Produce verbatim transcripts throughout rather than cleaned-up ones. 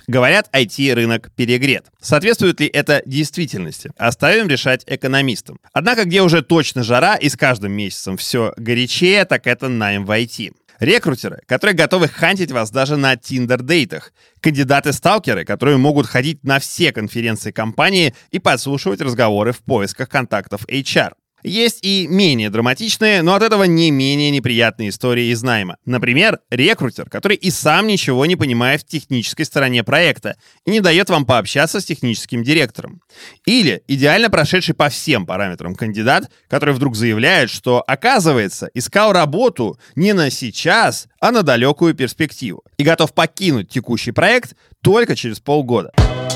Говорят, ай ти-рынок перегрет. Соответствует ли это действительности? Оставим решать экономистам. Однако, где уже точно жара и с каждым месяцем все горячее, так это найм в ай ти. Рекрутеры, которые готовы хантить вас даже на Tinder-дейтах. Кандидаты-сталкеры, которые могут ходить на все конференции компании и подслушивать разговоры в поисках контактов эйч ар. Есть и менее драматичные, но от этого не менее неприятные истории из найма. Например, рекрутер, который и сам ничего не понимает в технической стороне проекта и не дает вам пообщаться с техническим директором. Или идеально прошедший по всем параметрам кандидат, который вдруг заявляет, что, оказывается, искал работу не на сейчас, а на далекую перспективу и готов покинуть текущий проект только через полгода.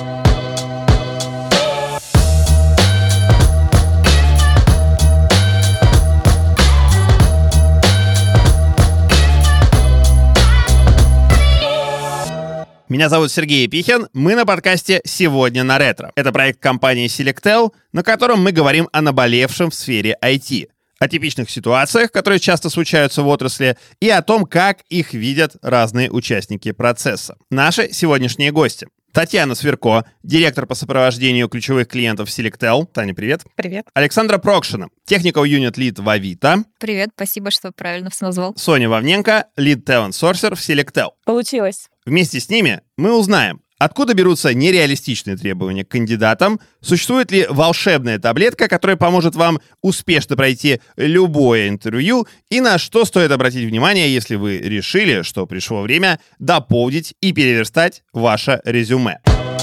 Меня зовут Сергей Епихин, мы на подкасте «Сегодня на ретро». Это проект компании Selectel, на котором мы говорим о наболевшем в сфере ай ти, о типичных ситуациях, которые часто случаются в отрасли, и о том, как их видят разные участники процесса. Наши сегодняшние гости. Татьяна Сверко, директор по сопровождению ключевых клиентов Selectel. Таня, привет. Привет. Александра Прокшина, Technical Unit Lead в Авито. Привет, спасибо, что правильно все назвал. Соня Вовненко, Lead Talent Sourcer в Selectel. Получилось. Вместе с ними мы узнаем, откуда берутся нереалистичные требования к кандидатам, существует ли волшебная таблетка, которая поможет вам успешно пройти любое интервью, и на что стоит обратить внимание, если вы решили, что пришло время дополнить и переверстать ваше резюме.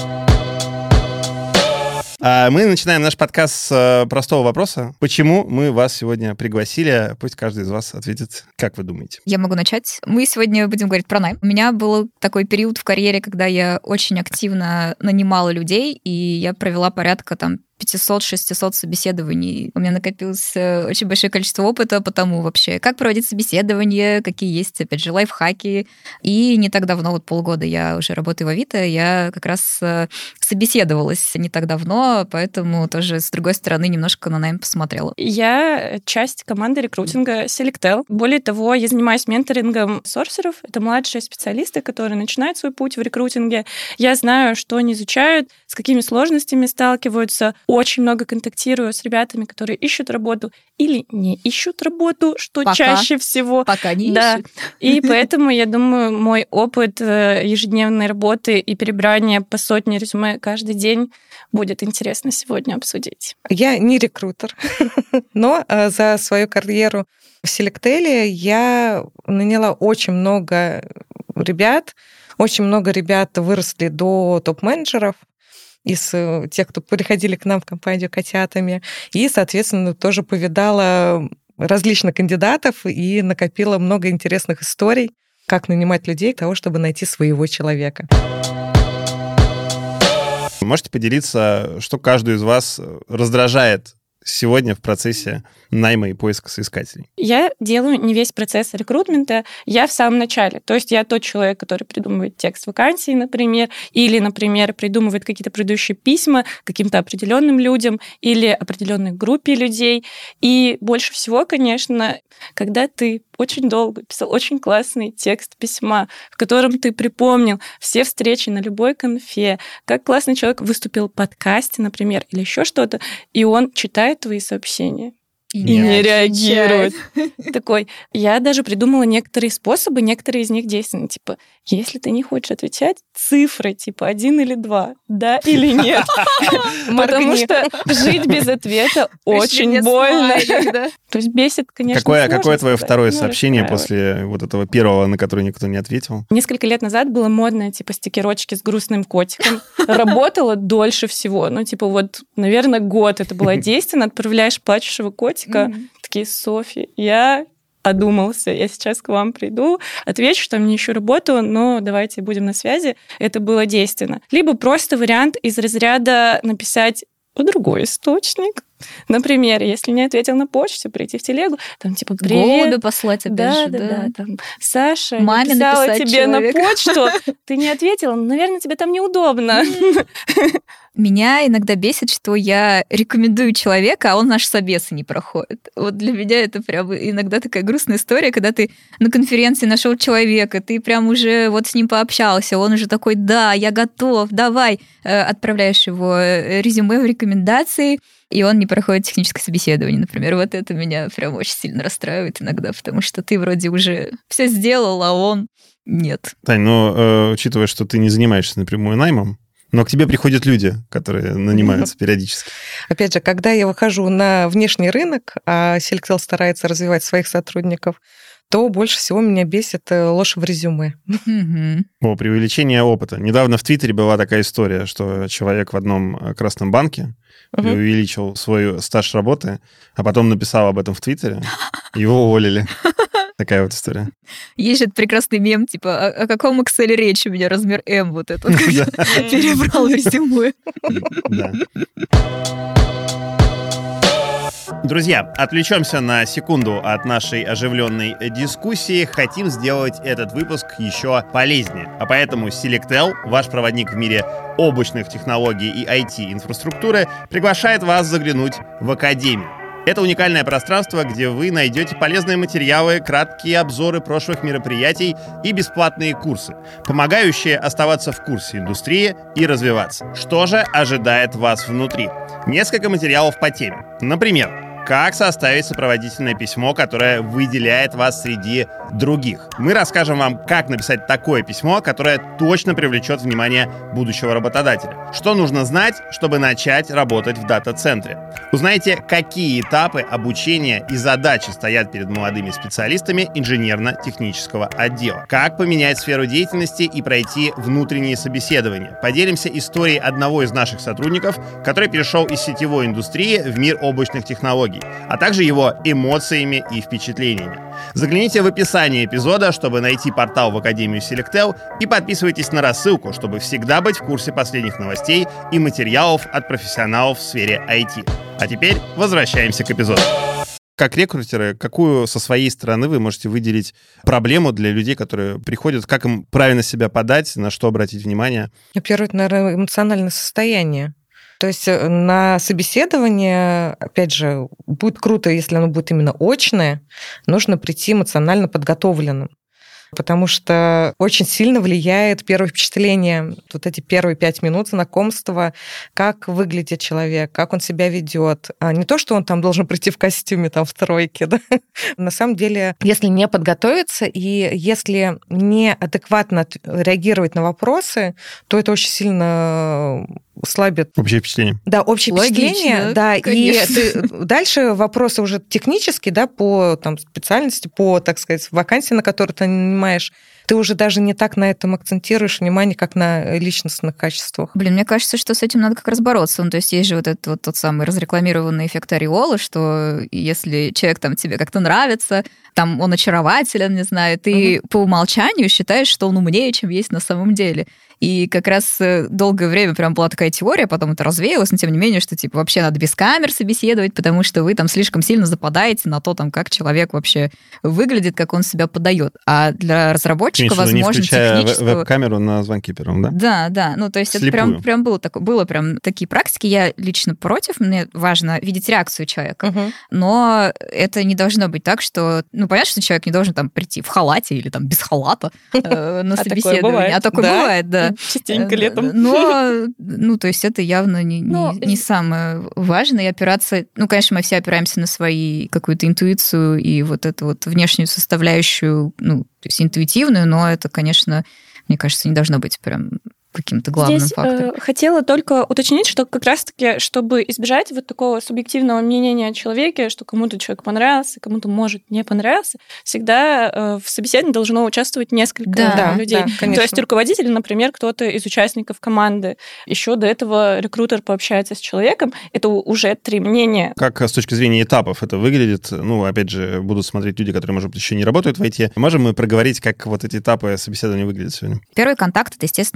Мы начинаем наш подкаст с простого вопроса. Почему мы вас сегодня пригласили? Пусть каждый из вас ответит, как вы думаете. Я могу начать. Мы сегодня будем говорить про найм. У меня был такой период в карьере, когда я очень активно нанимала людей, и я провела порядка там пятьсот-шестьсот собеседований. У меня накопилось очень большое количество опыта по тому вообще, как проводить собеседование, какие есть, опять же, лайфхаки. И не так давно, вот полгода я уже работаю в Авито, я как раз собеседовалась не так давно, поэтому тоже с другой стороны немножко на найм посмотрела. Я часть команды рекрутинга Selectel. Более того, я занимаюсь менторингом сорсеров. Это младшие специалисты, которые начинают свой путь в рекрутинге. Я знаю, что они изучают, с какими сложностями сталкиваются. Очень много контактирую с ребятами, которые ищут работу или не ищут работу, что Пока. чаще всего. Пока не да. ищут. И поэтому, я думаю, мой опыт ежедневной работы и перебирания по сотне резюме каждый день будет интересно сегодня обсудить. Я не рекрутер, но за свою карьеру в Selectel я наняла очень много ребят. Очень много ребят выросли до топ-менеджеров из тех, кто приходили к нам в компанию котятами. И, соответственно, тоже повидала различных кандидатов и накопила много интересных историй, как нанимать людей для того, чтобы найти своего человека. Можете поделиться, что каждую из вас раздражает сегодня в процессе найма и поиска соискателей? Я делаю не весь процесс рекрутмента, я в самом начале. То есть я тот человек, который придумывает текст вакансии, например, или, например, придумывает какие-то предыдущие письма каким-то определенным людям или определенной группе людей. И больше всего, конечно, когда ты очень долго писал очень классный текст письма, в котором ты припомнил все встречи на любой конфе, как классный человек выступил в подкасте, например, или еще что-то, и он читает твои сообщения. И не, не реагирует. Такой. Я даже придумала некоторые способы, некоторые из них действенны. Типа, если ты не хочешь отвечать, цифры, типа, один или два, да или нет. Потому что жить без ответа очень больно. То есть бесит, конечно. Какое твое второе сообщение после вот этого первого, на которое никто не ответил? Несколько лет назад было модное, типа, стикерочки с грустным котиком. Работало дольше всего. Ну, типа, вот, наверное, год это было действенно. Отправляешь плачущего котика. Mm-hmm. Такие, Софья, я одумался, я сейчас к вам приду, отвечу, что мне еще работу, но давайте будем на связи. Это было действенно. Либо просто вариант из разряда написать в другой источник, Например, если не ответил на почту, прийти в телегу, там типа привет. Голубя послать опять да, же, да, да. да, там Саша Маме написала написать тебе человек. на почту, ты не ответила, ну, наверное, тебе там неудобно. Меня иногда бесит, что я рекомендую человека, а он наш собес не проходит. Вот для меня это прям иногда такая грустная история, когда ты на конференции нашел человека, ты прям уже вот с ним пообщался, он уже такой, да, я готов, давай, отправляешь его резюме в рекомендации, и он не проходит техническое собеседование, например. Вот это меня прям очень сильно расстраивает иногда, потому что ты вроде уже все сделал, а он нет. Тань, ну, э, учитывая, что ты не занимаешься напрямую наймом, но к тебе приходят люди, которые нанимаются периодически. Опять же, когда я выхожу на внешний рынок, а Selectel старается развивать своих сотрудников, то больше всего меня бесит ложь в резюме. О, преувеличение опыта. Недавно в Твиттере была такая история, что человек в одном красном банке преувеличил свой стаж работы, а потом написал об этом в Твиттере, его уволили. Такая вот история. Есть же этот прекрасный мем, типа, о, о каком Excel речь у меня размер М вот этот, перебрал резюме. Да. Друзья, отвлечемся на секунду от нашей оживленной дискуссии. Хотим сделать этот выпуск еще полезнее. А поэтому Selectel, ваш проводник в мире облачных технологий и ай ти-инфраструктуры, приглашает вас заглянуть в Академию. Это уникальное пространство, где вы найдете полезные материалы, краткие обзоры прошлых мероприятий и бесплатные курсы, помогающие оставаться в курсе индустрии и развиваться. Что же ожидает вас внутри? Несколько материалов по теме. Например, как составить сопроводительное письмо, которое выделяет вас среди других. Мы расскажем вам, как написать такое письмо, которое точно привлечет внимание будущего работодателя. Что нужно знать, чтобы начать работать в дата-центре. Узнаете, какие этапы обучения и задачи стоят перед молодыми специалистами инженерно-технического отдела. Как поменять сферу деятельности и пройти внутренние собеседования. Поделимся историей одного из наших сотрудников, который перешел из сетевой индустрии в мир облачных технологий, а также его эмоциями и впечатлениями. Загляните в описание эпизода, чтобы найти портал в Академию Selectel, и подписывайтесь на рассылку, чтобы всегда быть в курсе последних новостей и материалов от профессионалов в сфере ай ти. А теперь возвращаемся к эпизоду. Как рекрутеры, какую со своей стороны вы можете выделить проблему для людей, которые приходят, как им правильно себя подать, на что обратить внимание? Первое, это, наверное, эмоциональное состояние. То есть на собеседование, опять же, будет круто, если оно будет именно очное, нужно прийти эмоционально подготовленным. Потому что очень сильно влияет первое впечатление, вот эти первые пять минут знакомства, как выглядит человек, как он себя ведет. А не то, что он там должен прийти в костюме там в тройке, да? На самом деле, если не подготовиться и если не адекватно реагировать на вопросы, то это очень сильно слабит. Общее впечатление. Да, общее Логично, впечатление. Да, конечно. и ты, дальше вопросы уже технические, да, по там, специальности, по, так сказать, вакансии, на которую ты нанимаешь. Ты уже даже не так на этом акцентируешь внимание, как на личностных качествах. Блин, мне кажется, что с этим надо как раз бороться. Ну, то есть есть же вот этот вот тот самый разрекламированный эффект ореола, что если человек там тебе как-то нравится, там он очарователен, не знаю, ты угу. по умолчанию считаешь, что он умнее, чем есть на самом деле. И как раз долгое время прям была такая теория, потом это развеялось, но тем не менее, что типа вообще надо без камер собеседовать, потому что вы там слишком сильно западаете на то, там, как человек вообще выглядит, как он себя подает. А для разработчика, возможно, не включая технического... веб-камеру на звонке первом, да? Да, да. Ну, то есть Слепую. это прям, прям было, так... было прям такие практики. Я лично против, мне важно видеть реакцию человека. Угу. Но это не должно быть так, что... Ну, понятно, что человек не должен там прийти в халате или там без халата на собеседование. А такое бывает, да. Частенько летом. Но, ну, то есть это явно не, Но... не, не самое важное. И опираться... Ну, конечно, мы все опираемся на свои какую-то интуицию и вот эту вот внешнюю составляющую, ну, то есть интуитивную, но это, конечно, мне кажется, не должно быть прям каким-то главным Здесь, фактором. Э, хотела только уточнить, что как раз-таки, чтобы избежать вот такого субъективного мнения о человеке, что кому-то человек понравился, кому-то, может, не понравился, всегда э, в собеседовании должно участвовать несколько да, людей. Да, То есть руководитель, например, кто-то из участников команды, еще до этого рекрутер пообщается с человеком, это уже три мнения. Как с точки зрения этапов это выглядит? Ну, опять же, будут смотреть люди, которые, может быть, еще не работают в ай ти. Можем мы проговорить, как вот эти этапы собеседования выглядят сегодня? Первый контакт — это, естественно, эйч ар.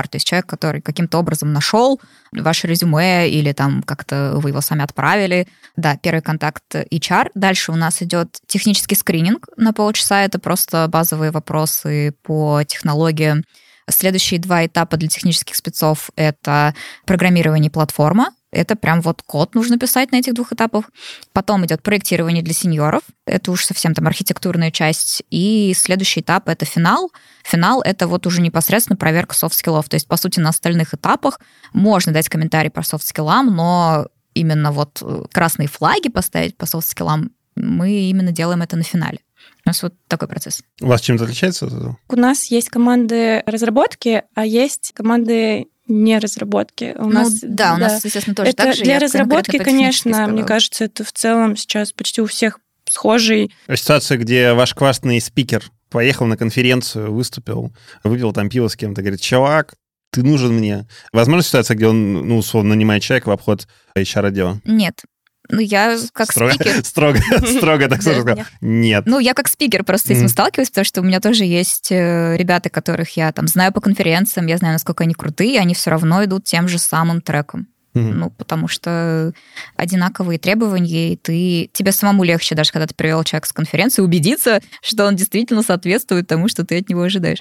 ар, то есть человек, который каким-то образом нашел ваше резюме или там как-то вы его сами отправили. Да, первый контакт эйч ар. Дальше у нас идет технический скрининг на полчаса. Это просто базовые вопросы по технологиям. Следующие два этапа для технических спецов — это программирование платформа. Это прям вот код нужно писать на этих двух этапах. Потом идет проектирование для сеньоров. Это уж совсем там архитектурная часть. И следующий этап — это финал. Финал — это вот уже непосредственно проверка софт-скиллов. То есть, по сути, на остальных этапах можно дать комментарий по софт-скиллам, но именно вот красные флаги поставить по софт-скиллам мы именно делаем это на финале. У нас вот такой процесс. У вас чем-то отличается от этого? У нас есть команды разработки, а есть команды не разработки. У ну, нас, да, у да. нас, естественно, тоже это так же. Для Я разработки, конечно, мне кажется, это в целом сейчас почти у всех схожий. Ситуация, где ваш классный спикер поехал на конференцию, выступил, выпил там пиво с кем-то, говорит: чувак, ты нужен мне. Возможно, ситуация, где он, ну, условно, нанимает человека в обход эйч ар-отдела? Нет. Ну, я как строго, спикер... Строго, строго так сразу сказал. Нет. Ну, я как спикер просто с этим сталкиваюсь, потому что у меня тоже есть ребята, которых я там знаю по конференциям, я знаю, насколько они крутые, и они все равно идут тем же самым треком. Mm-hmm. Ну, потому что одинаковые требования, и ты, тебе самому легче, даже когда ты привел человека с конференции, убедиться, что он действительно соответствует тому, что ты от него ожидаешь.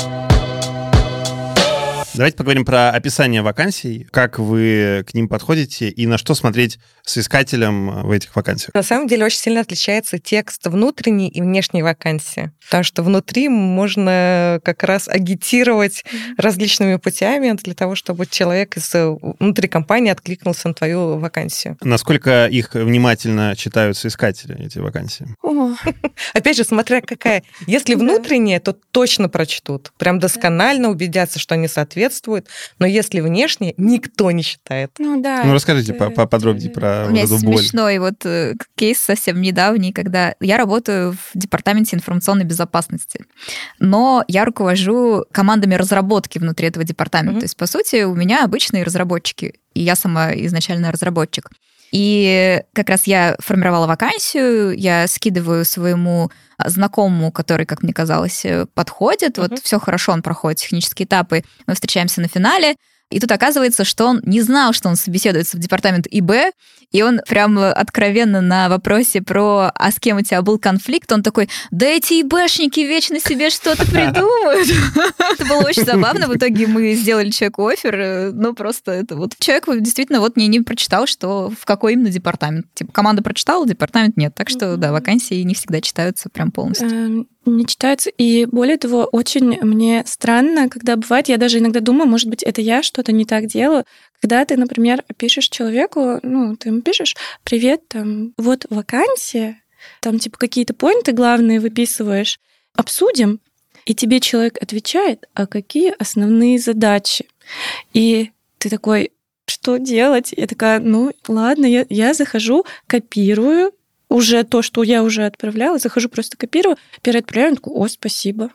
Давайте поговорим про описание вакансий, как вы к ним подходите и на что смотреть с искателем в этих вакансиях. На самом деле очень сильно отличается текст внутренней и внешней вакансии, потому что внутри можно как раз агитировать различными путями для того, чтобы человек из внутри компании откликнулся на твою вакансию. Насколько их внимательно читают соискатели, эти вакансии? Опять же, смотря какая. Если внутренняя, то точно прочтут. Прям досконально убедятся, что они соответствуют. Но если внешне, никто не считает. Ну да. Ну расскажите поподробнее про У меня вот есть эту боль. смешной вот кейс совсем недавний, когда я работаю в департаменте информационной безопасности, но я руковожу командами разработки внутри этого департамента. Mm-hmm. То есть, по сути, у меня обычные разработчики, и я сама изначально разработчик. И как раз я формировала вакансию, я скидываю своему знакомому, который, как мне казалось, подходит. Uh-huh. Вот все хорошо, он проходит технические этапы, мы встречаемся на финале. И тут оказывается, что он не знал, что он собеседуется в департамент ИБ, и он прям откровенно на вопросе про «а с кем у тебя был конфликт?» он такой: да эти ИБшники вечно себе что-то придумывают. Это было очень забавно. В итоге мы сделали человеку оффер, ну просто это вот человек действительно вот не, не прочитал, что в какой именно департамент. Типа команда прочитала, департамент нет. Так что, да, вакансии не всегда читаются прям полностью. Не читаются. И более того, очень мне странно, когда бывает, я даже иногда думаю, может быть, это я что-то не так делаю, когда ты, например, пишешь человеку, ну, ты ему пишешь: привет, там, вот вакансия, там, типа, какие-то поинты главные выписываешь, обсудим, и тебе человек отвечает: а какие основные задачи? И ты такой: что делать? Я такая: ну, ладно, я, я захожу, копирую, уже то, что я уже отправляла, захожу, просто копирую, переотправляю, он такой: о, спасибо.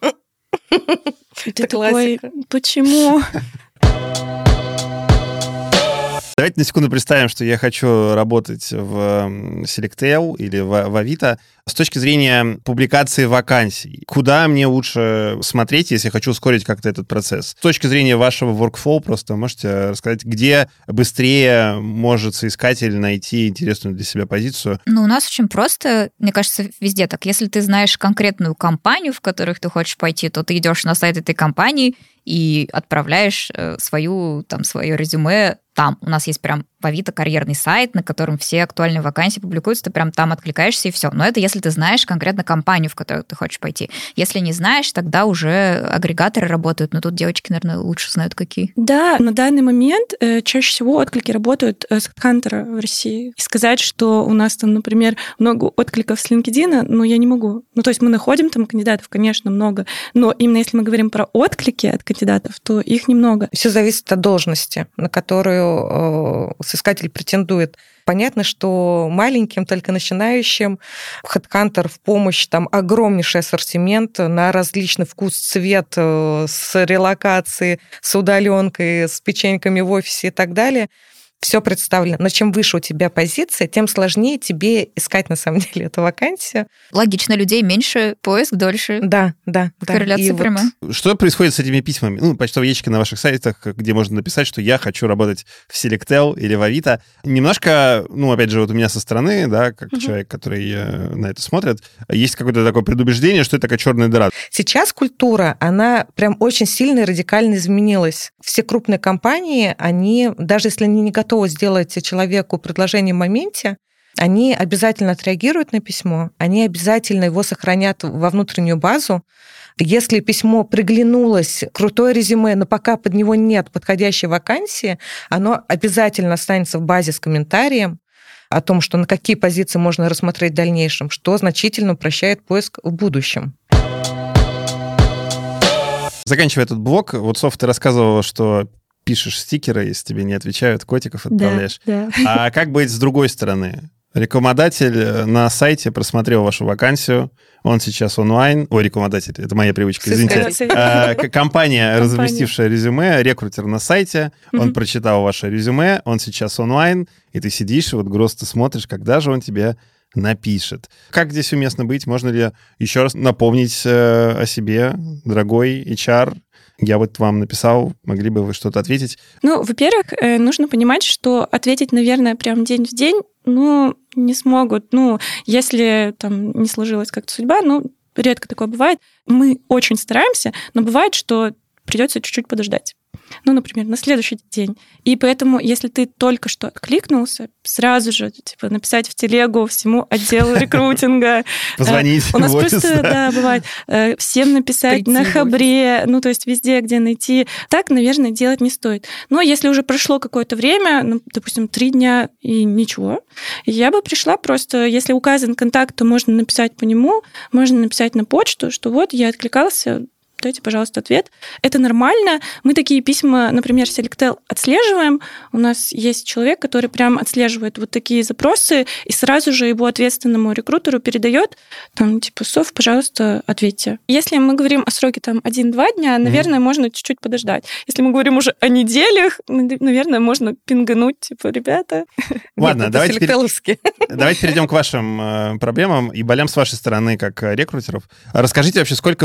И ты такой: почему? Давайте на секунду представим, что я хочу работать в Selectel или в, в Авито. С точки зрения публикации вакансий, куда мне лучше смотреть, если я хочу ускорить как-то этот процесс? С точки зрения вашего workflow, просто можете рассказать, где быстрее может соискатель найти интересную для себя позицию? Ну, у нас очень просто, мне кажется, везде так. Если ты знаешь конкретную компанию, в которую ты хочешь пойти, то ты идешь на сайт этой компании и отправляешь свою, там, свое резюме там. У нас есть прям в Авито карьерный сайт, на котором все актуальные вакансии публикуются, ты прям там откликаешься, и все. Но это если ты знаешь конкретно компанию, в которую ты хочешь пойти. Если не знаешь, тогда уже агрегаторы работают, но тут девочки, наверное, лучше знают, какие. Да, на данный момент э, чаще всего отклики работают с HeadHunter в России. И сказать, что у нас там, например, много откликов с LinkedIn, ну, я не могу. Ну, то есть мы находим там кандидатов, конечно, много, но именно если мы говорим про отклики от кандидатов, то их немного. Все зависит от должности, на которую э, соискатель претендует. Понятно, что маленьким, только начинающим HeadHunter в помощь, там огромнейший ассортимент на различный вкус, цвет, с релокацией, с удаленкой, с печеньками в офисе и так далее. все представлено. Но чем выше у тебя позиция, тем сложнее тебе искать на самом деле эту вакансию. Логично, людей меньше, поиск дольше. Да, да. Корреляция да. прямая. Вот что происходит с этими письмами? Ну, почтовые ящики на ваших сайтах, где можно написать, что я хочу работать в Selectel или в Авито. Немножко, ну, опять же, вот у меня со стороны, да, как uh-huh. человек, который на это смотрит, есть какое-то такое предубеждение, что это такая черная дыра. Сейчас культура, она прям очень сильно и радикально изменилась. Все крупные компании, они, даже если они не готовы сделать человеку предложение в моменте, они обязательно отреагируют на письмо, они обязательно его сохранят во внутреннюю базу. Если письмо приглянулось, крутое резюме, но пока под него нет подходящей вакансии, оно обязательно останется в базе с комментарием о том, что на какие позиции можно рассмотреть в дальнейшем, что значительно упрощает поиск в будущем. Заканчивая этот блок, вот, Соф, ты рассказывала, что пишешь стикеры, если тебе не отвечают, котиков отправляешь. Да, да. А как быть с другой стороны? Рекламодатель на сайте просмотрел вашу вакансию, он сейчас онлайн. Ой, рекламодатель, это моя привычка, извините. А, компания, разместившая резюме, рекрутер на сайте, он mm-hmm. прочитал ваше резюме, он сейчас онлайн, и ты сидишь, и вот грустно смотришь, когда же он тебе напишет. Как здесь уместно быть? Можно ли еще раз напомнить э, о себе, дорогой эйч ар? Я вот вам написал, могли бы вы что-то ответить? Ну, во-первых, нужно понимать, что ответить, наверное, прям день в день, ну, не смогут. Ну, если там не сложилась как-то судьба, ну, редко такое бывает. Мы очень стараемся, но бывает, что придется чуть-чуть подождать. Ну, например, на следующий день. И поэтому, если ты только что откликнулся, сразу же типа написать в телегу всему отделу рекрутинга. Позвонить. У нас просто, да, бывает, всем написать на Хабре, ну, то есть везде, где найти. Так, наверное, делать не стоит. Но если уже прошло какое-то время, ну, допустим, три дня и ничего, я бы пришла просто, если указан контакт, то можно написать по нему, можно написать на почту, что вот я откликался, дайте, пожалуйста, ответ. Это нормально. Мы такие письма, например, Selectel отслеживаем. У нас есть человек, который прям отслеживает вот такие запросы и сразу же его ответственному рекрутеру передает, там, типа, Соф, пожалуйста, ответьте. Если мы говорим о сроке там один-два дня, наверное, mm-hmm. можно чуть-чуть подождать. Если мы говорим уже о неделях, наверное, можно пингануть, типа, ребята. Ладно, Нет, давайте, пере... давайте перейдем к вашим э, проблемам и болям с вашей стороны, как рекрутеров. Расскажите вообще, сколько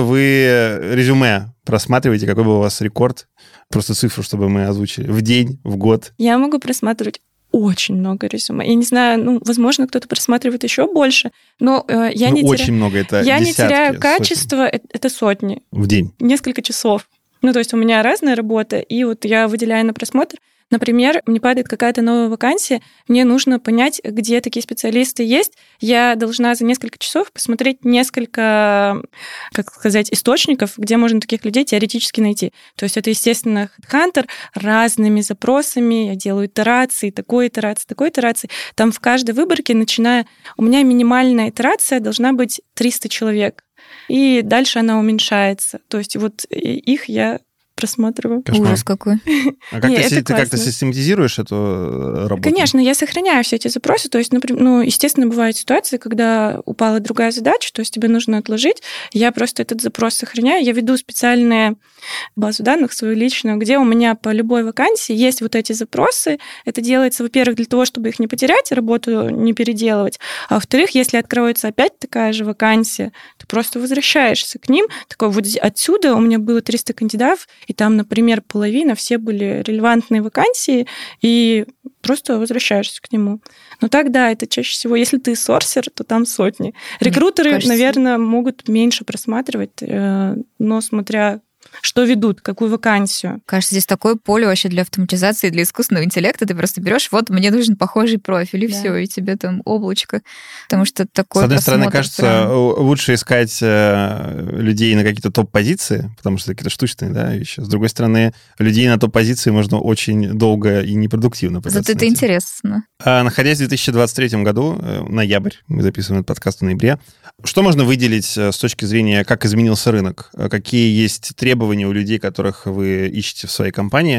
вы резюме просматриваете, какой был у вас рекорд? Просто цифру, чтобы мы озвучили. В день, в год? Я могу просматривать очень много резюме. Я не знаю, ну, возможно, кто-то просматривает еще больше, но э, я ну, не очень теряю... много, это Я десятки, не теряю качество, сотни. это, это сотни. В день? Несколько часов. Ну, то есть у меня разная работа, и вот я выделяю на просмотр. Например, мне падает какая-то новая вакансия, мне нужно понять, где такие специалисты есть. Я должна за несколько часов посмотреть несколько, как сказать, источников, где можно таких людей теоретически найти. То есть это, естественно, HeadHunter разными запросами. Я делаю итерации, такой итерации, такой итерации. Там в каждой выборке, начиная... У меня минимальная итерация должна быть триста человек. И дальше она уменьшается. То есть вот их я... просматриваю. Кошмар. Ужас какой. А как, Не, ты, ты как-то систематизируешь эту работу? Конечно, я сохраняю все эти запросы. То есть, например, ну, естественно, бывают ситуации, когда упала другая задача, то есть тебе нужно отложить. Я просто этот запрос сохраняю. Я веду специальную базу данных свою личную, где у меня по любой вакансии есть вот эти запросы. Это делается, во-первых, для того, чтобы их не потерять, работу не переделывать. А во-вторых, если откроется опять такая же вакансия, ты просто возвращаешься к ним. Такой вот отсюда у меня было триста кандидатов, и там, например, половина, все были релевантные вакансии, и просто возвращаешься к нему. Но так, да, это чаще всего, если ты сорсер, то там сотни. Рекрутеры, кажется, наверное, могут меньше просматривать, но смотря... что ведут, какую вакансию. Кажется, здесь такое поле вообще для автоматизации, для искусственного интеллекта. Ты просто берешь, вот мне нужен похожий профиль, и да. все, и тебе там облачко. Потому что такое. С одной стороны, кажется, прям... лучше искать людей на какие-то топ-позиции, потому что какие-то штучные, да, вещи. С другой стороны, людей на топ-позиции можно очень долго и непродуктивно пытаться Зато это интересно. А, находясь в две тысячи двадцать третьем году, ноябрь, мы записываем этот подкаст в ноябре, что можно выделить с точки зрения, как изменился рынок? Какие есть требования у людей, которых вы ищете в своей компании,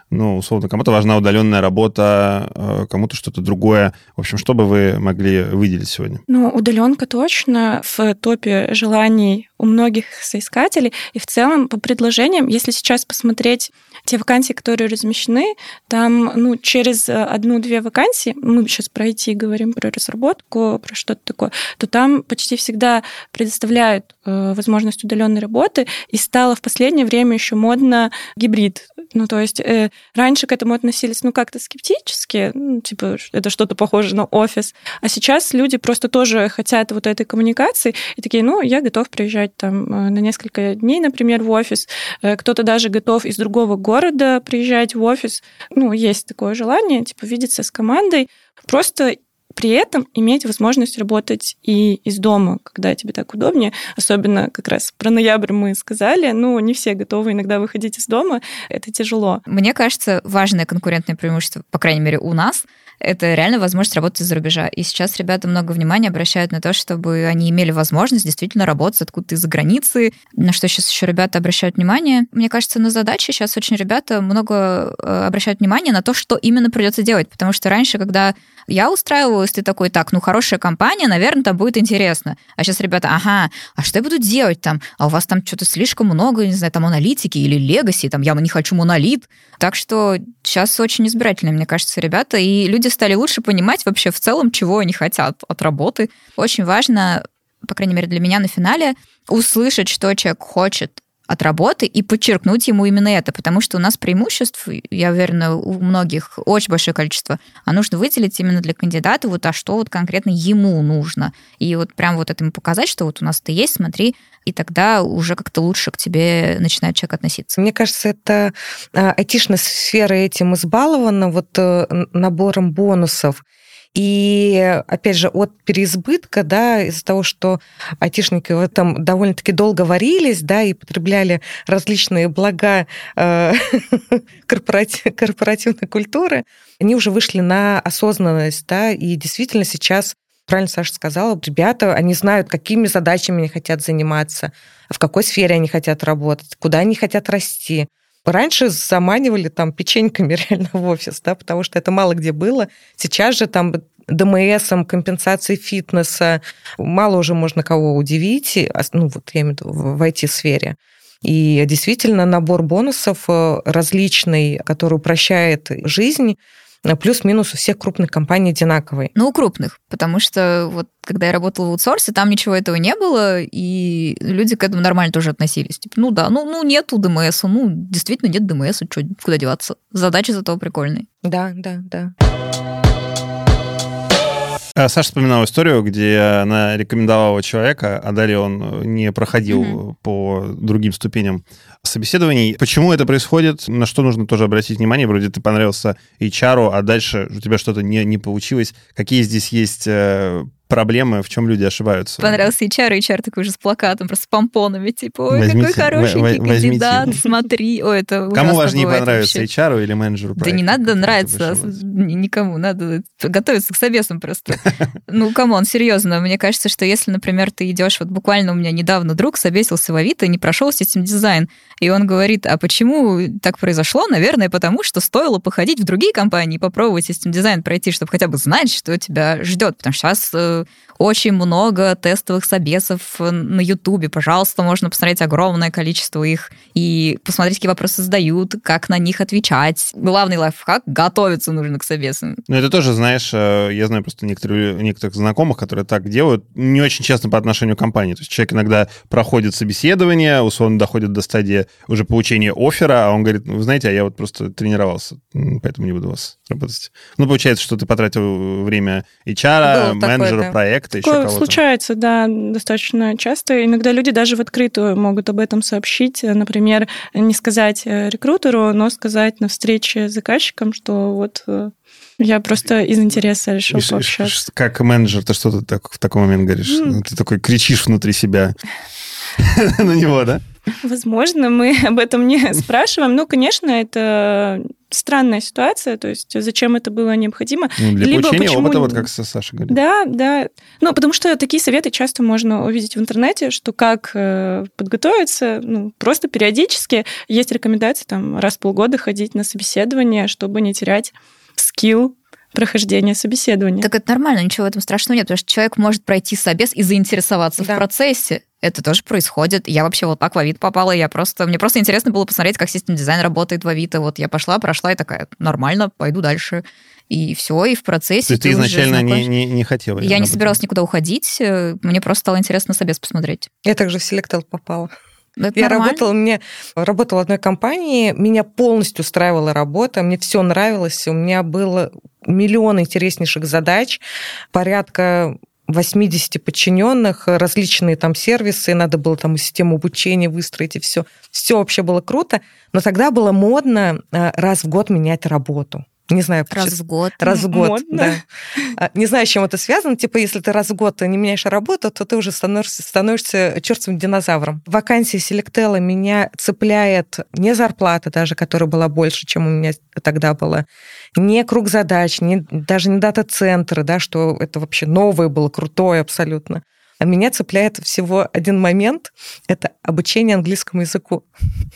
ну, условно, кому-то важна удаленная работа, кому-то что-то другое. В общем, что бы вы могли выделить сегодня? Ну, удаленка точно в топе желаний у многих соискателей. И в целом по предложениям, если сейчас посмотреть те вакансии, которые размещены, там, ну, через одну-две вакансии, мы сейчас про ай ти говорим, про разработку, про что-то такое, то там почти всегда предоставляют э, возможность удаленной работы, и стало в последнее время еще модно гибрид. Ну, то есть э, раньше к этому относились, ну, как-то скептически, ну, типа, это что-то похоже на офис, а сейчас люди просто тоже хотят вот этой коммуникации, и такие, ну, я готов приезжать там на несколько дней, например, в офис, кто-то даже готов из другого города приезжать в офис, ну, есть такое желание, типа, видеться с командой, просто при этом иметь возможность работать и из дома, когда тебе так удобнее. Особенно как раз про ноябрь мы сказали, ну, не все готовы иногда выходить из дома, это тяжело. Мне кажется, важное конкурентное преимущество, по крайней мере, у нас, это реально возможность работать из-за рубежа. И сейчас ребята много внимания обращают на то, чтобы они имели возможность действительно работать откуда-то из-за границы. На что сейчас еще ребята обращают внимание? Мне кажется, на задачи сейчас очень ребята много обращают внимание на то, что именно придется делать. Потому что раньше, когда я устраивалась, ты такой, так, ну, хорошая компания, наверное, там будет интересно. А сейчас ребята, ага, а что я буду делать там? А у вас там что-то слишком много, не знаю, там аналитики или легаси, там я не хочу монолит. Так что сейчас очень избирательные, мне кажется, ребята, и люди стали лучше понимать вообще в целом, чего они хотят от работы. Очень важно, по крайней мере, для меня на финале, услышать, что человек хочет от работы и подчеркнуть ему именно это, потому что у нас преимуществ, я уверена, у многих очень большое количество, а нужно выделить именно для кандидата вот, а что вот конкретно ему нужно. И вот прям вот это ему показать, что вот у нас это есть, смотри, и тогда уже как-то лучше к тебе начинает человек относиться. Мне кажется, это айтишная сфера этим избалована, вот набором бонусов. И, опять же, от переизбытка, да, из-за того, что айтишники в этом довольно-таки долго варились, да, и потребляли различные блага э, корпоратив, корпоративной культуры, они уже вышли на осознанность, да, и действительно сейчас, правильно Саша сказала, ребята, они знают, какими задачами они хотят заниматься, в какой сфере они хотят работать, куда они хотят расти. Раньше заманивали там печеньками реально в офис, да, потому что это мало где было. Сейчас же там ДМСом, компенсацией фитнеса мало уже можно кого удивить, ну вот я имею в виду в ай ти-сфере. И действительно набор бонусов различный, который упрощает жизнь, плюс-минус у всех крупных компаний одинаковый. Ну, у крупных, потому что вот когда я работала в аутсорсе, там ничего этого не было, и люди к этому нормально тоже относились. Типа, ну да, ну, ну нету ДМСа, ну действительно нет ДМСа, что, куда деваться? Задачи зато прикольные. Да, да, да. Саша вспоминала историю, где она рекомендовала человека, а далее он не проходил mm-hmm. по другим ступеням собеседований. Почему это происходит? На что нужно тоже обратить внимание? Вроде ты понравился эйч ар, а дальше у тебя что-то не, не получилось. Какие здесь есть проблемы, в чем люди ошибаются? Понравился эйч ар, эйч ар такой же с плакатом, просто с помпонами, типа, ой, возьмите, какой хорошенький в, кандидат, смотри. Ой, это кому важнее понравится, вообще. эйч ар или менеджеру проекта? Да не надо нравиться никому, надо готовиться к собесам просто. Ну, камон, серьезно, мне кажется, что если, например, ты идешь, вот буквально у меня недавно друг собесился в Авито, не прошел систем-дизайн, и он говорит, а почему так произошло? Наверное, потому что стоило походить в другие компании, попробовать систем-дизайн пройти, чтобы хотя бы знать, что тебя ждет, потому что сейчас очень много тестовых собесов на Ютубе. Пожалуйста, можно посмотреть огромное количество их и посмотреть, какие вопросы задают, как на них отвечать. Главный лайфхак — готовиться нужно к собесам. Ну, это тоже, знаешь, я знаю просто некоторые, некоторых знакомых, которые так делают, не очень честно по отношению к компании. То есть человек иногда проходит собеседование, условно доходит до стадии уже получения оффера, а он говорит, ну, вы знаете, а я вот просто тренировался, поэтому не буду у вас работать. Ну, получается, что ты потратил время эйч ар, менеджера, да. проекта, Такое еще кого-то. Случается, да, достаточно часто. Иногда люди даже в открытую могут об этом сообщить. Например, не сказать рекрутеру, но сказать на встрече с заказчиком, что вот я просто из интереса решил и, пообщаться. Как менеджер, ты что ты так, в такой момент говоришь? Mm. Ты такой кричишь внутри себя на него, да? Возможно, мы об этом не спрашиваем. Ну, конечно, это странная ситуация, то есть зачем это было необходимо. Ну, для Либо получения почему... опыта, вот как Саша говорит. Да, да. Ну, потому что такие советы часто можно увидеть в интернете, что как э, подготовиться, ну, просто периодически есть рекомендации там раз в полгода ходить на собеседование, чтобы не терять скилл прохождения собеседования. Так это нормально, ничего в этом страшного нет, потому что человек может пройти собес и заинтересоваться Да. в процессе. Это тоже происходит. Я вообще вот так в Авито попала, я просто... Мне просто интересно было посмотреть, как системный дизайн работает в Авито. Вот я пошла, прошла и такая, нормально, пойду дальше. И все, и в процессе... То есть ты уже изначально не, знакомишься. не, не хотела? Я не работать? собиралась никуда уходить, мне просто стало интересно собес посмотреть. Я также в Selectel попала. Это Я нормально. работала, мне работала в одной компании, меня полностью устраивала работа, мне все нравилось, у меня было миллион интереснейших задач, порядка восемьдесят подчиненных, различные там сервисы, надо было там систему обучения выстроить, и все. Все вообще было круто, но тогда было модно раз в год менять работу. Не знаю, Раз почему. в год. Раз в год, Модно. да. Не знаю, с чем это связано. Типа, если ты раз в год не меняешь работу, то ты уже становишься, становишься чертовым динозавром. Вакансия Selectel меня цепляет не зарплата даже, которая была больше, чем у меня тогда была, не круг задач, не, даже не дата-центры, да, что это вообще новое было, крутое абсолютно. А меня цепляет всего один момент – это обучение английскому языку.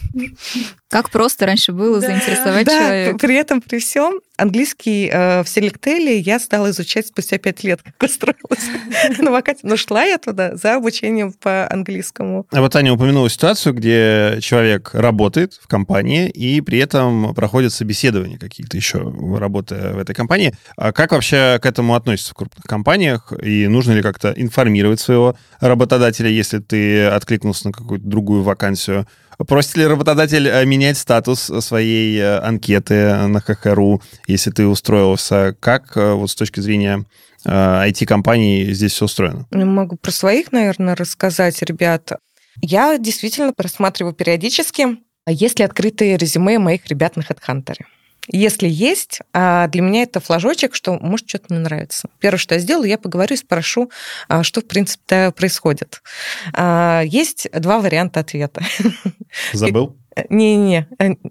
Как просто раньше было Да. заинтересовать Да, человека. при этом, при всем, английский э, в Selectel я стала изучать спустя пять лет, как устроилась на вакансию. Но шла я туда за обучением по английскому. А вот Аня упомянула ситуацию, где человек работает в компании и при этом проходит собеседования какие-то еще, работая в этой компании. А как вообще к этому относятся в крупных компаниях? И нужно ли как-то информировать своего работодателя, если ты откликнулся на какую-то другую вакансию? Просит ли работодатель менять статус своей анкеты на ха ха ру, если ты устроился? Как вот с точки зрения ай ти-компаний здесь все устроено? Я могу про своих, наверное, рассказать, ребят. Я действительно просматриваю периодически, есть ли открытые резюме моих ребят на HeadHunter. Если есть, для меня это флажочек, что, может, что-то не нравится. Первое, что я сделаю, я поговорю и спрошу, что, в принципе, происходит. Есть два варианта ответа. Забыл? Не-не,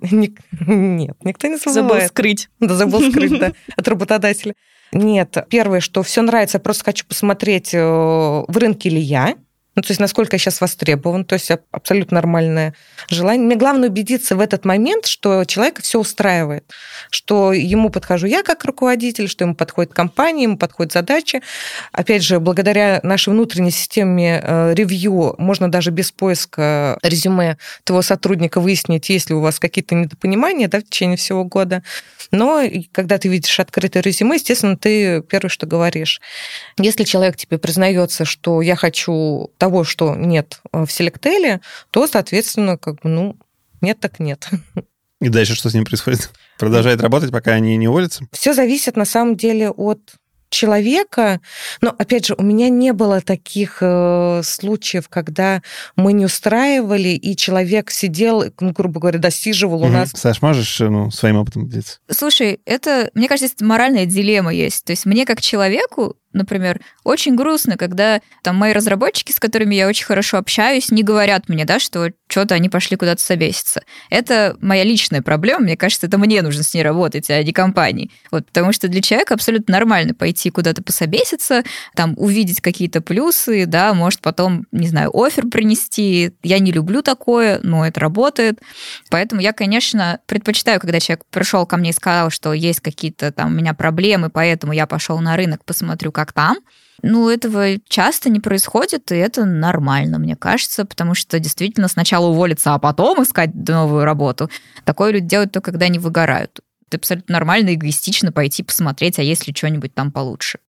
нет, никто не забывает. Забыл скрыть. Да, забыл скрыть, да, от работодателя. Нет, первое, что все нравится, я просто хочу посмотреть, в рынке ли я, ну, то есть насколько я сейчас востребован, то есть абсолютно нормальное желание. Мне главное убедиться в этот момент, что человека все устраивает, что ему подхожу я как руководитель, что ему подходит компания, ему подходят задачи. Опять же, благодаря нашей внутренней системе ревью можно даже без поиска резюме твоего сотрудника выяснить, есть ли у вас какие-то недопонимания, да, в течение всего года. Но когда ты видишь открытое резюме, естественно, ты первое, что говоришь. Если человек тебе признается, что я хочу того, что нет в Selectel, то, соответственно, как бы, ну, нет так нет. И дальше что с ним происходит? Продолжает работать, пока они не уволятся? Все зависит, на самом деле, от человека. Но, опять же, у меня не было таких э, случаев, когда мы не устраивали, и человек сидел, ну, грубо говоря, досиживал у Мгм. нас. Саш, можешь ну, своим опытом делиться? Слушай, это, мне кажется, здесь моральная дилемма есть. То есть мне как человеку, например, очень грустно, когда там мои разработчики, с которыми я очень хорошо общаюсь, не говорят мне, да, что что-то они пошли куда-то собеситься. Это моя личная проблема. Мне кажется, это мне нужно с ней работать, а не компании. Вот, потому что для человека абсолютно нормально пойти куда-то пособеситься, там увидеть какие-то плюсы, да, может потом, не знаю, оффер принести. Я не люблю такое, но это работает. Поэтому я, конечно, предпочитаю, когда человек пришел ко мне и сказал, что есть какие-то там у меня проблемы, поэтому я пошел на рынок, посмотрю, как там. Ну, этого часто не происходит, и это нормально, мне кажется, потому что действительно сначала уволиться, а потом искать новую работу. Такое люди делают только когда они выгорают. Это абсолютно нормально, эгоистично пойти посмотреть, а есть ли что-нибудь там получше.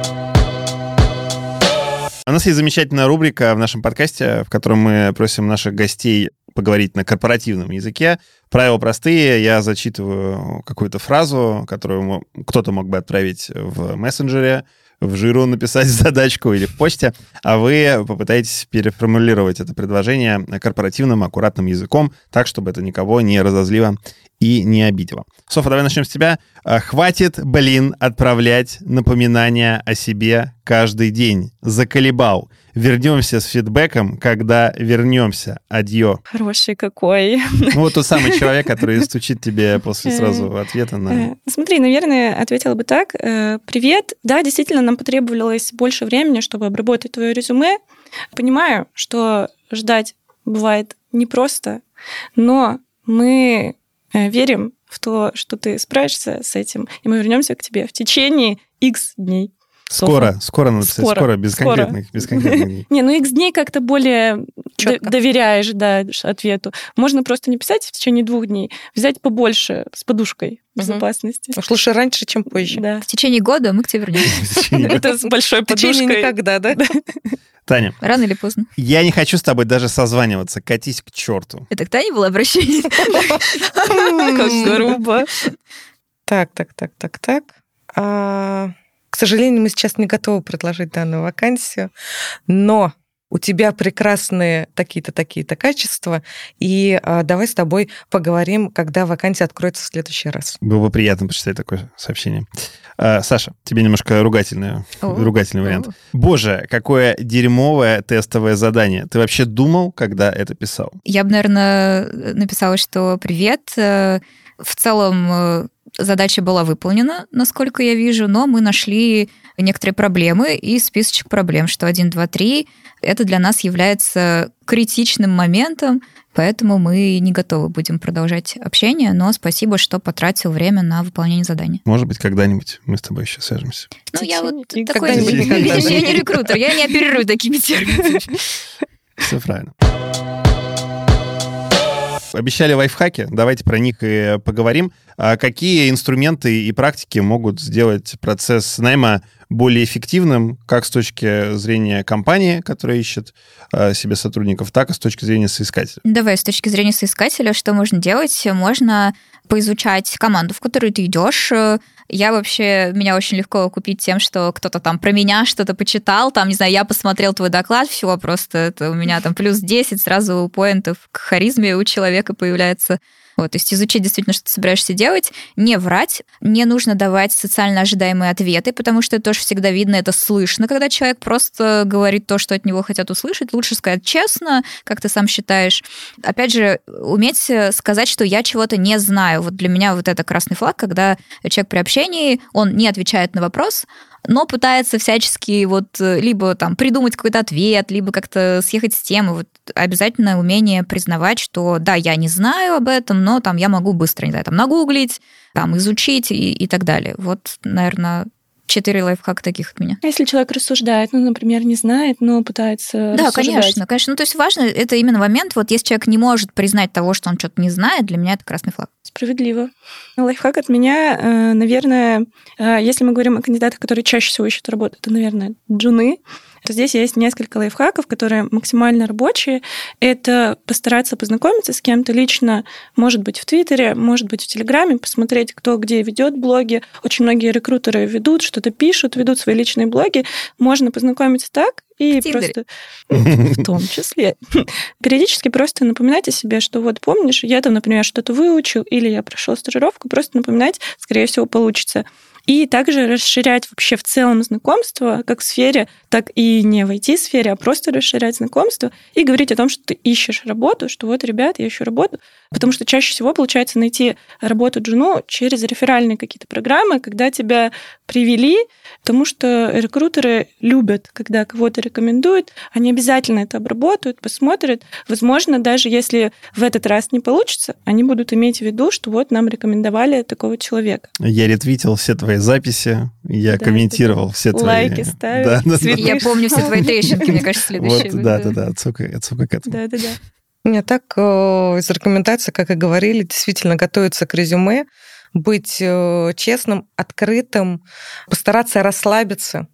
У нас есть замечательная рубрика в нашем подкасте, в которой мы просим наших гостей поговорить на корпоративном языке. Правила простые. Я зачитываю какую-то фразу, которую кто-то мог бы отправить в мессенджере, в жиру написать задачку или в почте, а вы попытаетесь переформулировать это предложение корпоративным, аккуратным языком, так, чтобы это никого не разозлило и не обидело. Софа, давай начнем с тебя. Хватит, блин, отправлять напоминания о себе каждый день. Заколебал. вернемся с фидбэком, когда вернемся. Адьё. Хороший какой. Ну, вот тот самый человек, который стучит тебе после сразу ответа на... Смотри, наверное, ответила бы так. Привет. Да, действительно, нам потребовалось больше времени, чтобы обработать твое резюме. Понимаю, что ждать бывает непросто, но мы верим в то, что ты справишься с этим, и мы вернемся к тебе в течение X дней. Скоро, Софа. скоро надо писать, скоро, скоро без скоро. конкретных, без конкретных дней. Не, ну X дней как-то более Чётко. доверяешь, да, ответу. Можно просто не писать в течение двух дней, взять побольше с подушкой безопасности. Уж лучше раньше, чем позже. Да. В течение года мы к тебе вернемся. Это с большой В течение подушкой. никогда, да? Таня, Рано или поздно. я не хочу с тобой даже созваниваться. Катись к черту. Это к Тане было обращение? Как грубо. Так, так, так, так, так. А, К сожалению, мы сейчас не готовы предложить данную вакансию, но у тебя прекрасные такие-то, такие-то качества, и а, давай с тобой поговорим, когда вакансия откроется в следующий раз. Было бы приятно почитать такое сообщение. А, Саша, тебе немножко ругательный, О, ругательный вариант. о. Боже, какое дерьмовое тестовое задание. Ты вообще думал, когда это писал? Я бы, наверное, написала, что привет. э, В целом э, задача была выполнена, насколько я вижу, но мы нашли некоторые проблемы и списочек проблем, что один, два, три. Это для нас является критичным моментом, поэтому мы не готовы будем продолжать общение, но спасибо, что потратил время на выполнение задания. Может быть, когда-нибудь мы с тобой еще свяжемся. Ну, я вот И такой... когда-нибудь никогда, Видишь, да. я не рекрутер, я не оперирую такими терминами. Все правильно. Обещали лайфхаки, давайте про них и поговорим. А какие инструменты и практики могут сделать процесс найма более эффективным, как с точки зрения компании, которая ищет а, себе сотрудников, так и с точки зрения соискателя? Давай, с точки зрения соискателя, что можно делать? Можно поизучать команду, в которую ты идешь. Я вообще, меня очень легко купить тем, что кто-то там про меня что-то почитал, там, не знаю, я посмотрел твой доклад, всего просто это у меня там плюс десять сразу поинтов к харизме у человека появляется. Вот, то есть изучить действительно, что ты собираешься делать, не врать, не нужно давать социально ожидаемые ответы, потому что это тоже всегда видно, это слышно, когда человек просто говорит то, что от него хотят услышать. Лучше сказать честно, как ты сам считаешь. Опять же, уметь сказать, что я чего-то не знаю. Вот для меня вот это красный флаг, когда человек при общении, он не отвечает на вопрос, но пытается всячески вот либо там придумать какой-то ответ, либо как-то съехать с темы. Вот обязательно умение признавать, что да, я не знаю об этом, но там я могу быстро, не знаю, там нагуглить, там изучить и, и так далее. Вот, наверное, четыре лайфхака таких от меня. А если человек рассуждает, ну, например, не знает, но пытается Да, рассуждать? конечно, конечно. Ну, то есть важно, это именно момент, вот если человек не может признать того, что он что-то не знает, для меня это красный флаг. Справедливо. Лайфхак от меня, наверное, если мы говорим о кандидатах, которые чаще всего ищут работу, это, наверное, джуны, то здесь есть несколько лайфхаков, которые максимально рабочие. Это постараться познакомиться с кем-то лично, может быть, в Твиттере, может быть, в Телеграме, посмотреть, кто где ведет блоги. Очень многие рекрутеры ведут, что-то пишут, ведут свои личные блоги. Можно познакомиться так и В просто... В том числе. Периодически просто напоминать о себе, что вот помнишь, я там, например, что-то выучил, или я прошел стажировку, просто напоминать, скорее всего, получится. И также расширять вообще в целом знакомство, как в сфере, так и не в ай ти-сфере, а просто расширять знакомство и говорить о том, что ты ищешь работу, что вот, ребят, я ищу работу. Потому что чаще всего получается найти работу джуну через реферальные какие-то программы, когда тебя привели, потому что рекрутеры любят, когда кого-то рекомендуют, они обязательно это обработают, посмотрят. Возможно, даже если в этот раз не получится, они будут иметь в виду, что вот нам рекомендовали такого человека. Я ретвитил все твои записи, я Да, комментировал все твои... лайки ставил, Да, да, да. цветы. Я помню все твои трещинки, мне кажется, следующие. Вот, да, да, да, отсылка, отсылка к этому. Да-да-да. Нет, так э, из рекомендаций, как и говорили, действительно готовиться к резюме, быть э, честным, открытым, постараться расслабиться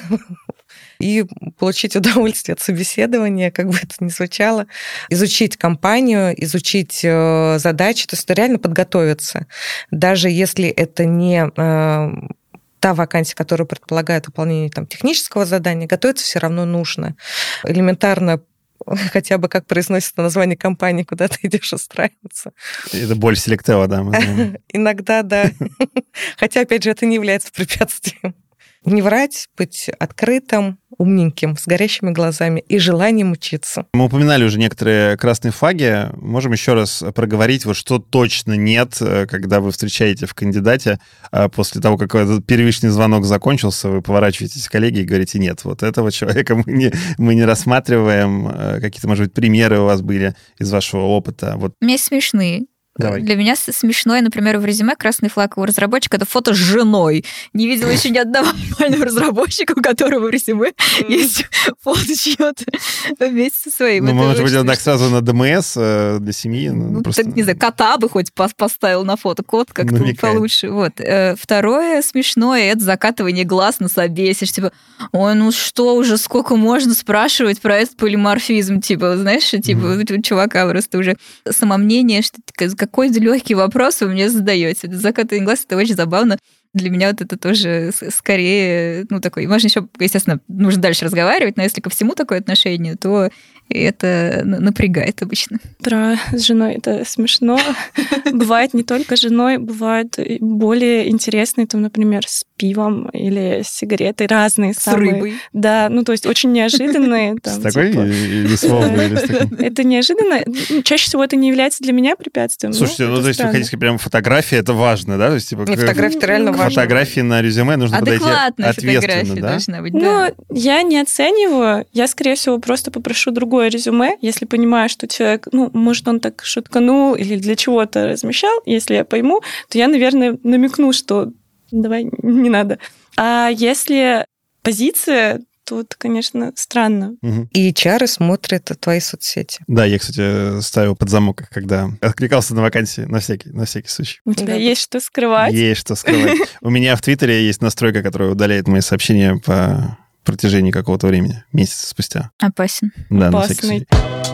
и получить удовольствие от собеседования, как бы это ни звучало, изучить компанию, изучить э, задачи, то есть реально подготовиться. Даже если это не... Э, та вакансия, которая предполагает выполнение там, технического задания, готовиться все равно нужно. Элементарно хотя бы как произносится название компании, куда ты идешь устраиваться. Это боль селектива, да. Мы знаем. Иногда, да. Хотя, опять же, это не является препятствием. Не врать, быть открытым, умненьким, с горящими глазами и желанием учиться. Мы упоминали уже некоторые красные флаги. Можем еще раз проговорить, вот что точно нет, когда вы встречаете в кандидате, после того, как этот первичный звонок закончился, вы поворачиваетесь к коллеге и говорите, нет, вот этого человека мы не, мы не рассматриваем. Какие-то, может быть, примеры у вас были из вашего опыта? Вот. У меня есть смешные. Давай. Для меня смешное, например, в резюме красный флаг у разработчика — это фото с женой. Не видела еще ни одного нормального разработчика, у которого в резюме есть фото чьё-то вместе со своим. Ну, может быть, он так сразу на ДМС для семьи. Ну, просто... так, не знаю, кота бы хоть поставил на фото, кот как-то намекает. Получше. Вот. Второе смешное — это закатывание глаз на собесе. Типа, ой, ну что уже, сколько можно спрашивать про этот полиморфизм? Типа, знаешь, типа, mm-hmm. у чувака просто уже самомнение, что какой легкий вопрос вы мне задаете. Закатывание глаз — это очень забавно. Для меня вот это тоже скорее, ну, такой... Можно еще, естественно, нужно дальше разговаривать, но если ко всему такое отношение, то это напрягает обычно. Про с женой это смешно. Бывает не только с женой, бывают более интересные, там, например, с пивом или с сигаретой, разные с самые. Рыбой. Да, ну, то есть очень неожиданные. С такой или с Волгой? или с таким? Это неожиданно. Чаще всего это не является для меня препятствием. Слушайте, ну, то есть вы хотите сказать, прям фотография, это важно, да? То есть, типа, фотография это реально важно. Фотографии на резюме нужно подойти ответственно, да? Должна быть, да? Ну, я не оцениваю. Я, скорее всего, просто попрошу другое резюме, если понимаю, что человек, ну, может, он так шутканул или для чего-то размещал. Если я пойму, то я, наверное, намекну, что давай, не надо. А если позиция, то это, конечно, странно. Угу. И эйч ар смотрят твои соцсети. Да, я, кстати, ставил под замок, когда откликался на вакансии, на всякий, на всякий случай. У тебя да. есть что скрывать? Есть что скрывать. У меня в Твиттере есть настройка, которая удаляет мои сообщения по протяжении какого-то времени, месяца спустя. Опасен. Да, Опасный. на всякий случай.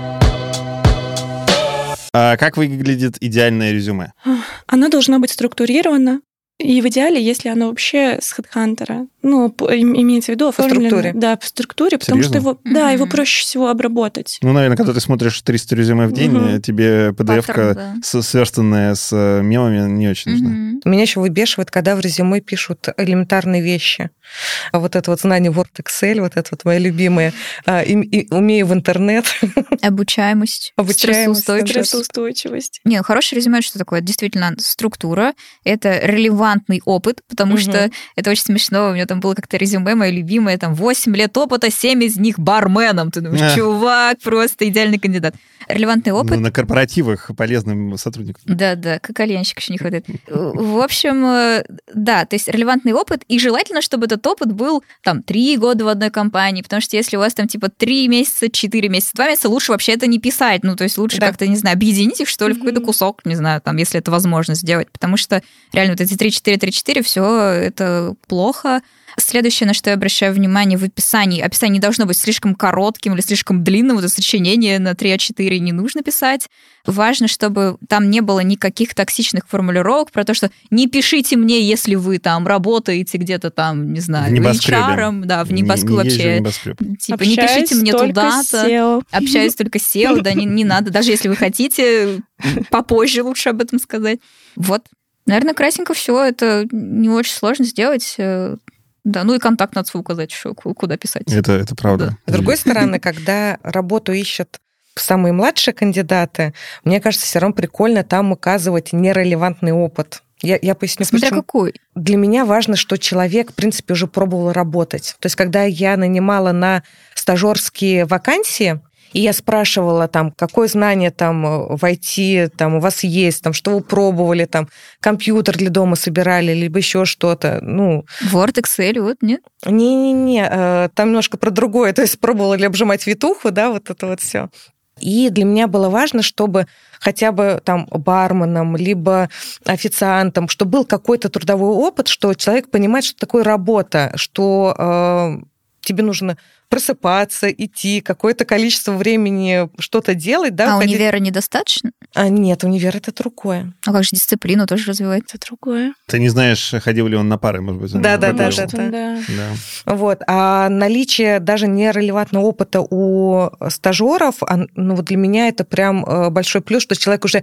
А как выглядит идеальное резюме? Оно должно быть структурировано. И в идеале, если оно вообще с HeadHunter, ну, имеется в виду оформлено... По структуре. Да, по структуре, потому Серьезно? что его, mm-hmm. да, его проще всего обработать. Ну, наверное, когда ты смотришь триста резюме в день, mm-hmm. тебе пи ди эф-ка, да. сверстанная с мемами, не очень нужна. Mm-hmm. Меня еще выбешивает, когда в резюме пишут элементарные вещи. А вот это вот знание Word, Excel, вот это вот мои любимые. А, и, и умею в интернет. Обучаемость. Обучаемость. Стрессоустойчивость. Стрессоустойчивость. Не, хороший резюме, что такое? Действительно, структура. Это релевантный опыт, потому угу. что это очень смешно. У меня там было как-то резюме, мое любимое, там восемь лет опыта, семь из них барменом. Ты думаешь, чувак, просто идеальный кандидат. Релевантный опыт. Ну, на корпоративах полезным сотрудникам. Да-да, как кальянщик еще не хватает. В общем, да, то есть релевантный опыт, и желательно, чтобы этот опыт был там три года в одной компании, потому что если у вас там типа три месяца, четыре месяца, два месяца, лучше вообще это не писать. Ну, то есть лучше да. как-то, не знаю, объединить их, что ли, в какой-то кусок, не знаю, там, если это возможно сделать, потому что реально вот эти три-четыре, три-четыре, все это плохо. Следующее, на что я обращаю внимание в описании. Описание не должно быть слишком коротким или слишком длинным. Вот это сочинение на три а четыре не нужно писать. Важно, чтобы там не было никаких токсичных формулировок про то, что не пишите мне, если вы там работаете где-то там, не знаю, эйч ар, да, в небоскребе вообще. Небоскреб. Типа, общаюсь не пишите мне туда-то. Сео. Общаюсь только с сео, да, не, не надо. Даже если вы хотите, попозже лучше об этом сказать. Вот. Наверное, красненько все. Это не очень сложно сделать. Да, ну и контакт надо свой указать, что, куда писать. Это, это правда. Да. С другой стороны, когда работу ищут самые младшие кандидаты, мне кажется, все равно прикольно там указывать нерелевантный опыт. Я, я поясню, Смотря почему. какой. Для меня важно, что человек, в принципе, уже пробовал работать. То есть, когда я нанимала на стажерские вакансии, и я спрашивала, там, какое знание там в ай ти там, у вас есть, там, что вы пробовали, там, компьютер для дома собирали, либо еще что-то. Ну, Word, Excel, вот, нет? Не-не-не, там немножко про другое. То есть пробовала ли обжимать витуху, да, вот это вот все. И для меня было важно, чтобы хотя бы там барменом, либо официантом, чтобы был какой-то трудовой опыт, что человек понимает, что такое работа, что э, тебе нужно просыпаться, идти, какое-то количество времени что-то делать. Да, а уходить... универа недостаточно? А нет, универ — это другое. А как же дисциплину тоже развивать? Это другое. Ты не знаешь, ходил ли он на пары, может быть? Да, да, да, да, да, да. да. Вот. А наличие даже нерелевантного опыта у стажеров, ну вот для меня это прям большой плюс, что человек уже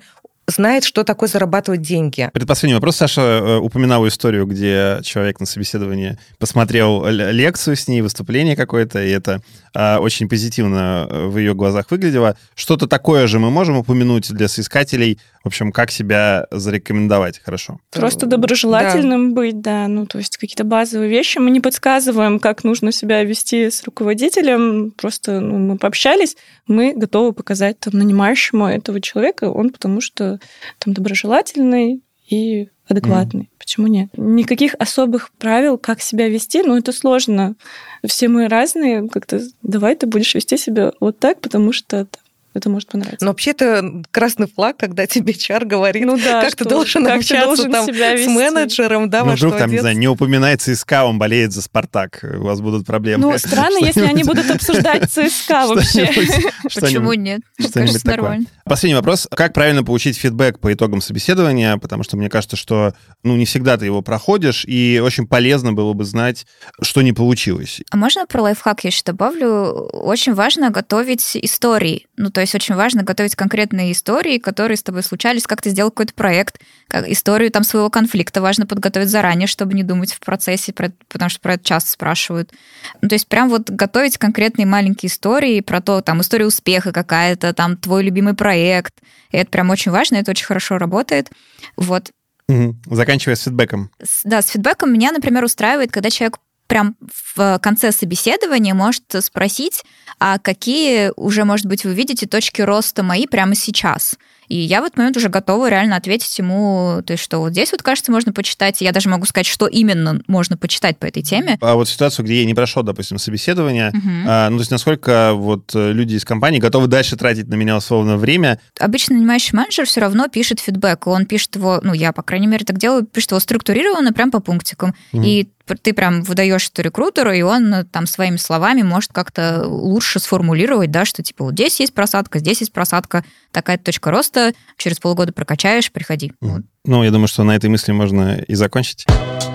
знает, что такое зарабатывать деньги. Предпоследний вопрос. Саша упоминала историю, где человек на собеседовании посмотрел лекцию с ней, выступление какое-то, и это а, очень позитивно в ее глазах выглядело. Что-то такое же мы можем упомянуть для соискателей, в общем, как себя зарекомендовать хорошо? Просто доброжелательным да. быть, да. Ну, то есть какие-то базовые вещи. Мы не подсказываем, как нужно себя вести с руководителем. Просто ну, мы пообщались, мы готовы показать там, нанимающему этого человека, он потому что там доброжелательный и адекватный. Mm. Почему нет? Никаких особых правил, как себя вести, ну, это сложно. Все мы разные. Как-то давай ты будешь вести себя вот так, потому что это может понравиться. Но вообще это красный флаг, когда тебе эйч ар говорит, ну, да, как что, ты должен как общаться должен там, с менеджером. Да, ну, во вдруг что там, одеться. не знаю, не упоминает ЦСКА, он болеет за Спартак. У вас будут проблемы. Ну, странно, если они будут обсуждать ЦСКА вообще. Почему нет? Кажется, нормально. Последний вопрос. Как правильно получить фидбэк по итогам собеседования? Потому что мне кажется, что ну, не всегда ты его проходишь, и очень полезно было бы знать, что не получилось. А можно про лайфхак я еще добавлю? Очень важно готовить истории. Ну, то есть очень важно готовить конкретные истории, которые с тобой случались, как ты сделал какой-то проект, как историю там своего конфликта важно подготовить заранее, чтобы не думать в процессе, потому что про это часто спрашивают. Ну, то есть прям вот готовить конкретные маленькие истории про то, там, история успеха какая-то, там, твой любимый проект. И это прям очень важно, это очень хорошо работает. Вот. Угу. Заканчивая с фидбэком. С, да, с фидбэком меня, например, устраивает, когда человек прям в конце собеседования может спросить, а какие уже, может быть, вы видите точки роста мои прямо сейчас. И я в этот момент уже готова реально ответить ему, то есть что вот здесь вот, кажется, можно почитать. Я даже могу сказать, что именно можно почитать по этой теме. А вот ситуацию, где я не прошел, допустим, собеседование, uh-huh. а, ну, то есть насколько вот люди из компании готовы дальше тратить на меня условно время? Обычно нанимающий менеджер все равно пишет фидбэк. Он пишет его, ну, я, по крайней мере, так делаю, пишет его структурированно, прям по пунктикам. Uh-huh. И ты прям выдаешь это рекрутеру, и он там своими словами может как-то лучше сформулировать, да, что типа вот здесь есть просадка, здесь есть просадка, такая-то точка роста, через полгода прокачаешь, приходи. Mm. Вот. Ну, я думаю, что на этой мысли можно и закончить.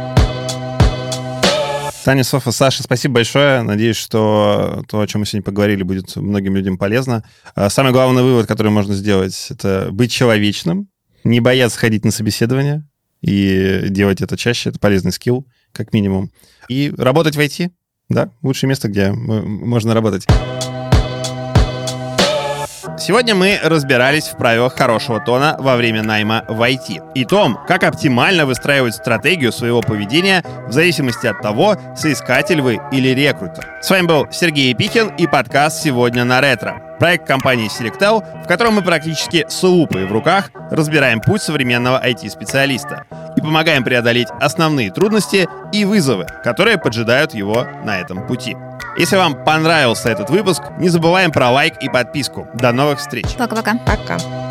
Таня, Софа, Саша, спасибо большое. Надеюсь, что то, о чем мы сегодня поговорили, будет многим людям полезно. Самый главный вывод, который можно сделать, это быть человечным, не бояться ходить на собеседование и делать это чаще. Это полезный скилл, как минимум. И работать в ай ти, да, лучшее место, где можно работать. Сегодня мы разбирались в правилах хорошего тона во время найма в ай ти и том, как оптимально выстраивать стратегию своего поведения в зависимости от того, соискатель вы или рекрутер. С вами был Сергей Епихин и подкаст «Сегодня на ретро». Проект компании Selectel, в котором мы практически с лупой в руках разбираем путь современного ай ти-специалиста и помогаем преодолеть основные трудности и вызовы, которые поджидают его на этом пути. Если вам понравился этот выпуск, не забываем про лайк и подписку. До новых встреч. Пока-пока. Пока.